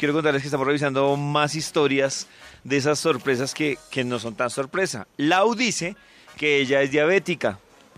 quiero contarles que estamos revisando más historias de esas sorpresas que no son tan sorpresa. Lau dice que ella es diabética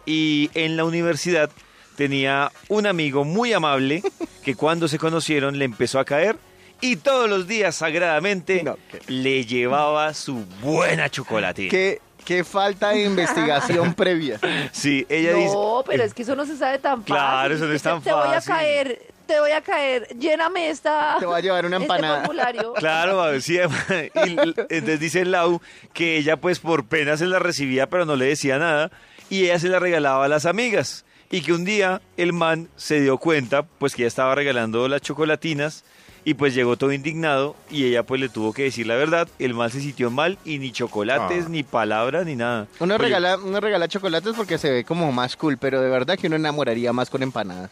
y en la universidad tenía un amigo muy amable que cuando se conocieron le empezó a caer y todos los días sagradamente le llevaba su buena chocolatina. Qué falta de investigación previa. Sí, ella dice... No, pero es que eso no se sabe tan fácil. Claro, eso no es tan Te voy a fácil. te voy a caer, lléname esta... Te voy a llevar una empanada. Formulario. Claro, sí, y entonces dice Lau que ella pues por pena se la recibía pero no le decía nada y ella se la regalaba a las amigas y que un día el man se dio cuenta pues que ella estaba regalando las chocolatinas y pues llegó todo indignado y ella pues le tuvo que decir la verdad, el man se sintió mal y ni chocolates, ni palabras, ni nada. Uno Pues regala chocolates porque se ve como más cool, pero de verdad que uno enamoraría más con empanadas.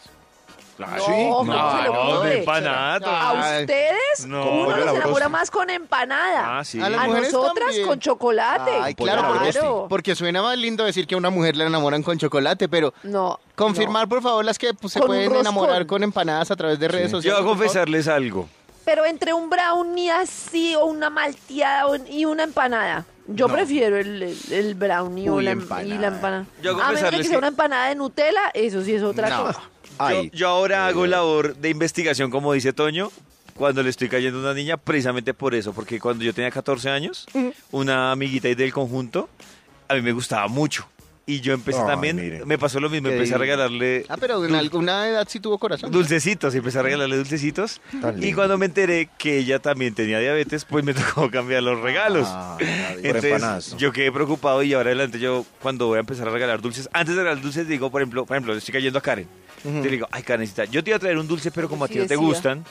No, ¿sí? ¿cómo se le No, jode? de empanadas. ¿A ustedes? No. Uno Pollo se enamora Labrosti. más con empanada. Ah, sí. A las A mujeres nosotras también. con chocolate. Ay, claro, Claro. porque suena más lindo decir que a una mujer le enamoran con chocolate, pero No. confirmar por favor las que pues, se Con un pueden roscón. enamorar con empanadas a través de redes Yo sociales. voy a por favor. confesarles algo. Pero entre un brownie así o una malteada y una empanada. Yo prefiero el brownie Uy, y la empanada. empanada. Yo voy a A menos de confesarles que que- sea una empanada de Nutella, eso sí es otra No. cosa. Yo ahora hago labor de investigación, como dice Toño, cuando le estoy cayendo a una niña, precisamente por eso, porque cuando yo tenía 14 años, una amiguita ahí del conjunto, a mí me gustaba mucho. Y yo empecé Ay, también, mire. me pasó lo mismo, Qué empecé a divino. regalarle Pero en alguna edad sí tuvo corazón. dulcecitos, empecé a regalarle dulcecitos. Tan Y lindo. cuando me enteré que ella también tenía diabetes, pues me tocó cambiar los regalos. Por Entonces, empanadas. yo quedé preocupado y ahora adelante yo cuando voy a empezar a regalar dulces, antes de regalar dulces digo, por ejemplo, le estoy cayendo a Karen. Te digo, ay Karencita, yo te iba a traer un dulce, pero como a ti Sí no te decía. gustan.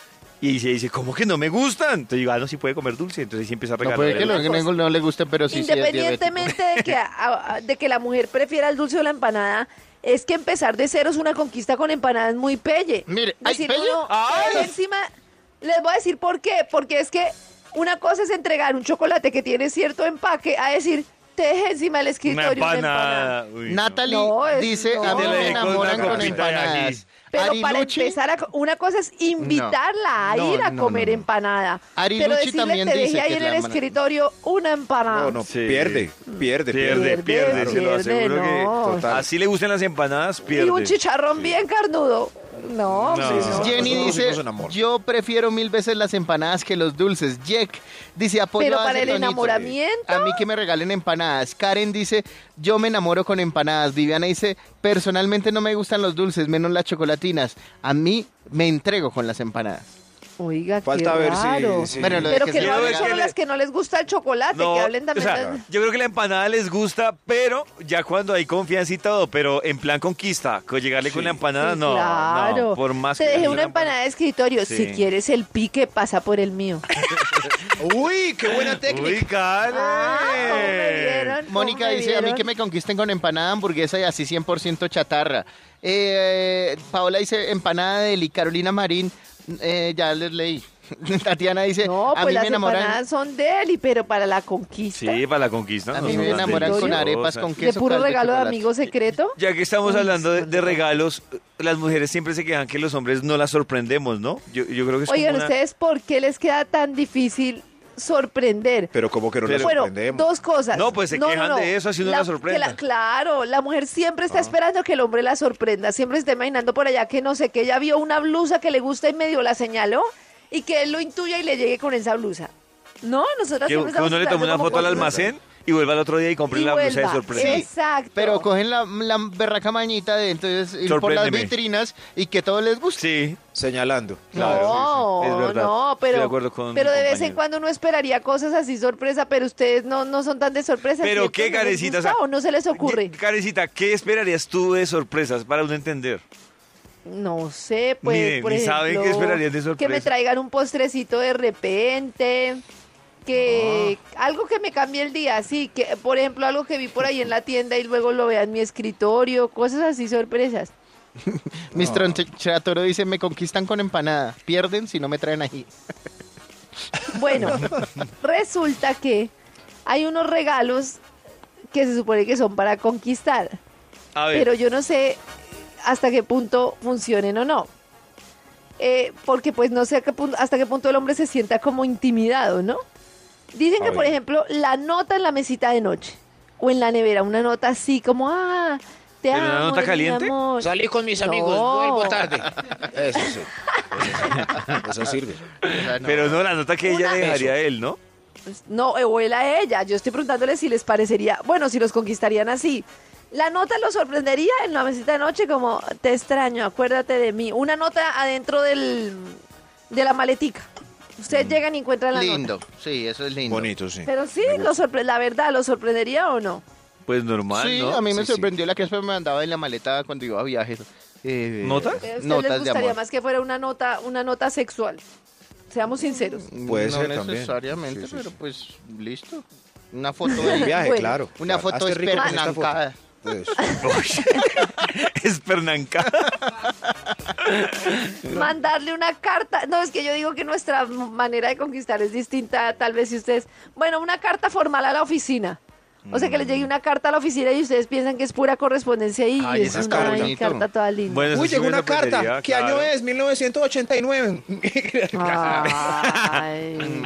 Y se dice, ¿cómo que no me gustan? Entonces digo, no, sí puede comer dulce. Entonces sí empieza a No regalar. puede que no le guste, pero sí, sí es Independientemente de que la mujer prefiera el dulce o la empanada, es que empezar de cero es una conquista con empanadas muy pelle. Mire, ¿ay, Decir, pelle? uno, ¡Ay! encima, les voy a decir por qué. Porque es que una cosa es entregar un chocolate que tiene cierto empaque a decir, te deje encima del Una escritorio una empanada. empanada. Uy, no. Natalie No, dice, no. a mí Te la me dejé con enamoran una con copita de empanadas. ají. Pero para Ariluchi, empezar, una cosa es invitarla a No, ir a no, comer no. empanada. Ari Pero Lucci decirle, también te dice dejé ahí que en es el la empanada. escritorio una empanada. No, no, Sí. pierde. Pierde, Pierde, se lo aseguro pierde, que no. Total. así le gustan las empanadas, pierde. Y un chicharrón bien carnudo. No, No. sí, Sí, no. sí, Jenny Los dice, hijos en amor. yo prefiero 1000 veces las empanadas que los dulces. Jack dice, apoyo Pero a para el Tonito. enamoramiento. A mí que me regalen empanadas. Karen dice, yo me enamoro con empanadas. Viviana dice, personalmente no me gustan los dulces, menos las chocolatinas. A mí me entrego con las empanadas. Oiga, Falta qué ver si- raro. si- Bueno, lo de Pero que que se no Quiero hablen ver solo que le- las que no les gusta el chocolate, No, que hablen o también. sea, yo creo que la empanada les gusta, pero ya cuando hay confianza y todo, pero en plan conquista, con llegarle con la empanada, Sí, no, claro. no, por más Te que dejé sea una empanada de escritorio. Sí. Si quieres el pique, pasa por el mío. Uy, qué buena técnica. Uy, Karen. ¿Cómo me vieron? Mónica ¿Cómo me dice, a mí vieron? que me conquisten con empanada, hamburguesa y así 100% chatarra. Paola dice, empanada de Eli. Carolina Marín, ya les leí. Tatiana dice, No, a pues mí las me enamoran, empanadas son deli, pero para la conquista. Sí, para la conquista. a no mí son me tan enamoran con deliciosas. arepas con De queso. puro caldo de regalo de chocolate. amigo secreto. Ya que estamos Uy, hablando sí, de regalos, las mujeres siempre se quejan que los hombres no las sorprendemos, ¿no? Yo creo que es Oigan, como una... ¿ustedes por qué les queda tan difícil sorprender? Pero como que no nos Bueno, sorprendemos. dos cosas. No, pues se quejan de eso, así uno la sorprenda. Claro, la mujer siempre está esperando que el hombre la sorprenda. Siempre está imaginando por allá que no sé, que ella vio una blusa que le gusta y medio la señaló y que él lo intuya y le llegue con esa blusa. No, nosotras Que siempre estamos uno le tome esperando una como foto al cosas. almacén y vuelva al otro día y compre Y la blusa de vuelva. sorpresa. Exacto. Pero cogen la berraca mañita de entonces ir por las Sorpréndeme. vitrinas y que todo les guste. Sí, Señalando. claro, No, sí, sí, es verdad. no, Estoy pero, de acuerdo con pero mi de vez en compañero. cuando uno esperaría cosas así sorpresa, pero ustedes no son tan de sorpresa. Pero ¿cierto? qué, ¿No les Karencita, gusta o no se les ocurre? Karencita, ¿qué esperarías tú de sorpresas para uno entender? No sé, pues, Ni- por ni ejemplo, saben qué esperarían de que sorpresa. me traigan un postrecito de repente, que algo que me cambie el día, sí, que por ejemplo algo que vi por ahí en la tienda y luego lo vea en mi escritorio, cosas así sorpresas. Mr. Chatoro dice, me conquistan con empanada. Pierden si no me traen ahí. Bueno, resulta que hay unos regalos que se supone que son para conquistar, A ver, pero yo no sé hasta qué punto funcionen o no. porque pues no sé hasta qué punto el hombre se sienta como intimidado, ¿no? Dicen que, por ejemplo, la nota en la mesita de noche o en la nevera, una nota así como, te ¿Pero amo, una nota eres mi caliente? amor. Salí con mis amigos, No. vuelvo tarde. Eso sí. Eso sirve. Pero no, la nota que ella Una- dejaría a él, ¿no? Pues, no, o él a ella. Yo estoy preguntándole si les parecería, bueno, si los conquistarían así. La nota los sorprendería en la mesita de noche como, te extraño, acuérdate de mí. Una nota adentro de la maletica. Ustedes llegan y encuentran la Lindo, nota. sí, eso es lindo. Bonito, sí. Pero sí, la verdad, ¿lo sorprendería o no? Pues normal, Sí, ¿no? a mí me Sí, sorprendió la que después me mandaba en la maleta cuando iba a viajes. ¿Notas? ¿A ustedes Notas les de gustaría amor. más que fuera una nota sexual? Seamos sinceros. Puede no ser también. necesariamente, Sí, sí, pero sí. pues listo. Una foto de Un viaje, Bueno, claro. una Claro. foto Hazte rico con esta foto. espernancada. Pues, Es pernanca. Mandarle una carta. No, es que yo digo que nuestra manera de conquistar es distinta, tal vez si ustedes... Bueno, una carta formal a la oficina. O sea, que les llegue una carta a la oficina y ustedes piensan que es pura correspondencia y Ay, es esa es una bonito. carta toda linda. Bueno, eso uy, sí llegó me una sorprendería, carta. ¿Qué claro. año es? 1989. Ay.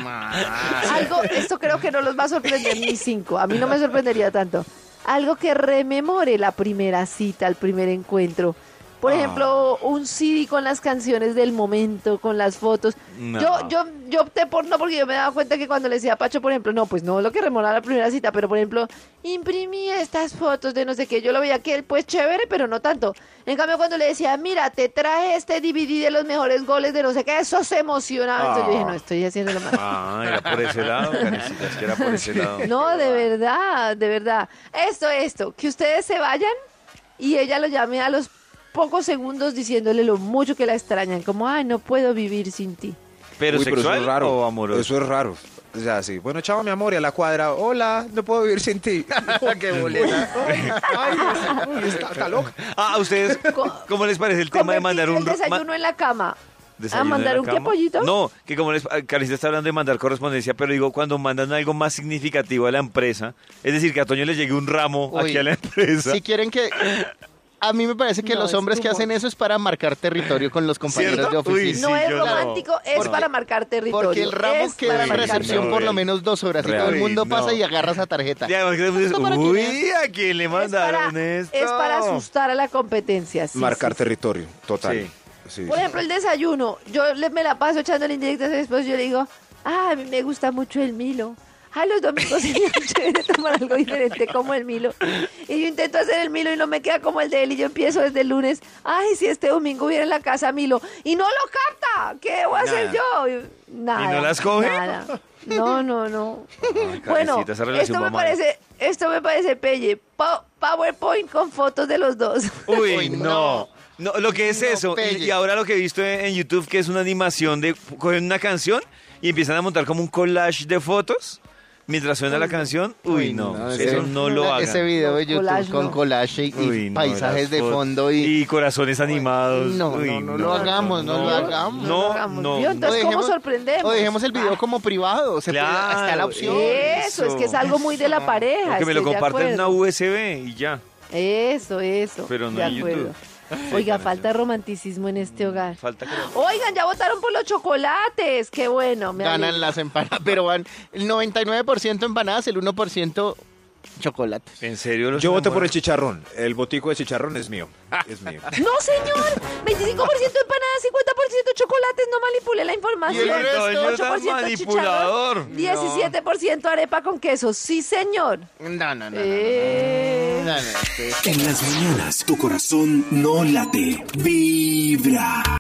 Esto creo que no los va a sorprender ni 5. A mí no me sorprendería tanto. Algo que rememore la primera cita, el primer encuentro. Por ejemplo, un CD con las canciones del momento, con las fotos. No. Yo opté por no, porque yo me daba cuenta que cuando le decía a Pacho, por ejemplo, no, pues no lo que rememora la primera cita, pero por ejemplo, imprimí estas fotos de no sé qué. Yo lo veía que él, pues chévere, pero no tanto. En cambio, cuando le decía, mira, te traje este DVD de los mejores goles de no sé qué, eso se emocionaba. Entonces yo dije, no, estoy haciendo lo mal. Era por ese lado, Karencita, es que era por ese lado. No, de verdad, de verdad. Esto, que ustedes se vayan y ella lo llame a los pocos segundos diciéndole lo mucho que la extrañan, como, ay, no puedo vivir sin ti. ¿Pero Uy, sexual eso es raro. o amoroso? Eso es raro. O sea, sí. Bueno, chao, mi amor, y a la cuadra. Hola, no puedo vivir sin ti. Qué boleta. Ay, uy, está loca. ¿A ustedes cómo les parece el tema de mandar un... el desayuno en la cama. ¿Desayuno en mandar la un qué, cama? pollito? No, que como Karencita está hablando de mandar correspondencia, pero digo, cuando mandan algo más significativo a la empresa, es decir, que a Toño le llegue un ramo Uy, aquí a la empresa. Si quieren que... A mí me parece que No, los es hombres que humor. hacen eso es para marcar territorio con los compañeros ¿Cierto? de Uy, oficina. No sí, es yo no. romántico, es Porque- para marcar territorio. Porque el ramo es queda para en marcar recepción territorio. por lo menos 2 horas y Real. todo el mundo Uy, pasa no. y agarra esa tarjeta. Y además que después dices, ¿Esto para quién uy, ¿a quién le mandaron esto? Es para asustar a la competencia. Sí, Marcar sí, sí. territorio, total. Sí. Sí, Por sí. ejemplo, el desayuno. Me la paso echándole indirectas y después yo le digo, a mí me gusta mucho el Milo. Los domingos sería chévere tomar algo diferente como el Milo. Y yo intento hacer el Milo y no me queda como el de él. Y yo empiezo desde el lunes, si este domingo hubiera en la casa Milo. Y no lo capta. ¿Qué voy a hacer yo? Nada. ¿Y no las coge? Nada. No. Ay, Bueno, Karencita, esa relación esto va mal. me parece pelle. PowerPoint con fotos de los dos. Uy, Uy, no. No, lo que es No, eso, pelle. y ahora lo que he visto en YouTube, que es una animación de cogen una canción y empiezan a montar como un collage de fotos mientras suena la canción. Uy, no, no, eso ese- no lo hagan. Ese video de No, YouTube collage con no. collage y Uy, no, paisajes las de fotos. fondo y corazones animados. No, Uy, no lo hagamos, no lo hagamos. No, hagamos. no. ¿Vio? Entonces, O ¿cómo dejemos- sorprendemos? O dejemos el video como privado, se puede, Claro, está la opción. Eso, es que es algo muy de la pareja. Que me lo estoy de comparten en una acuerdo. USB y ya. Eso. Pero no de en acuerdo. YouTube. Oiga, falta romanticismo en este hogar. Falta que Oigan, ya votaron por los chocolates. Qué bueno. Me Ganan alegra. las empanadas, pero van el 99% empanadas, el 1% chocolates. ¿En serio? los Yo voté por el enamoran? chicharrón. El botico de chicharrón es mío. Es mío. No, señor. 25% empanadas, 50% chocolates. No manipule la información. ¿Y el resto? Toño es tan 8% manipulador. chicharrón, 17% arepa con queso. Sí, señor. No. No, En las mañanas tu corazón no late, vibra.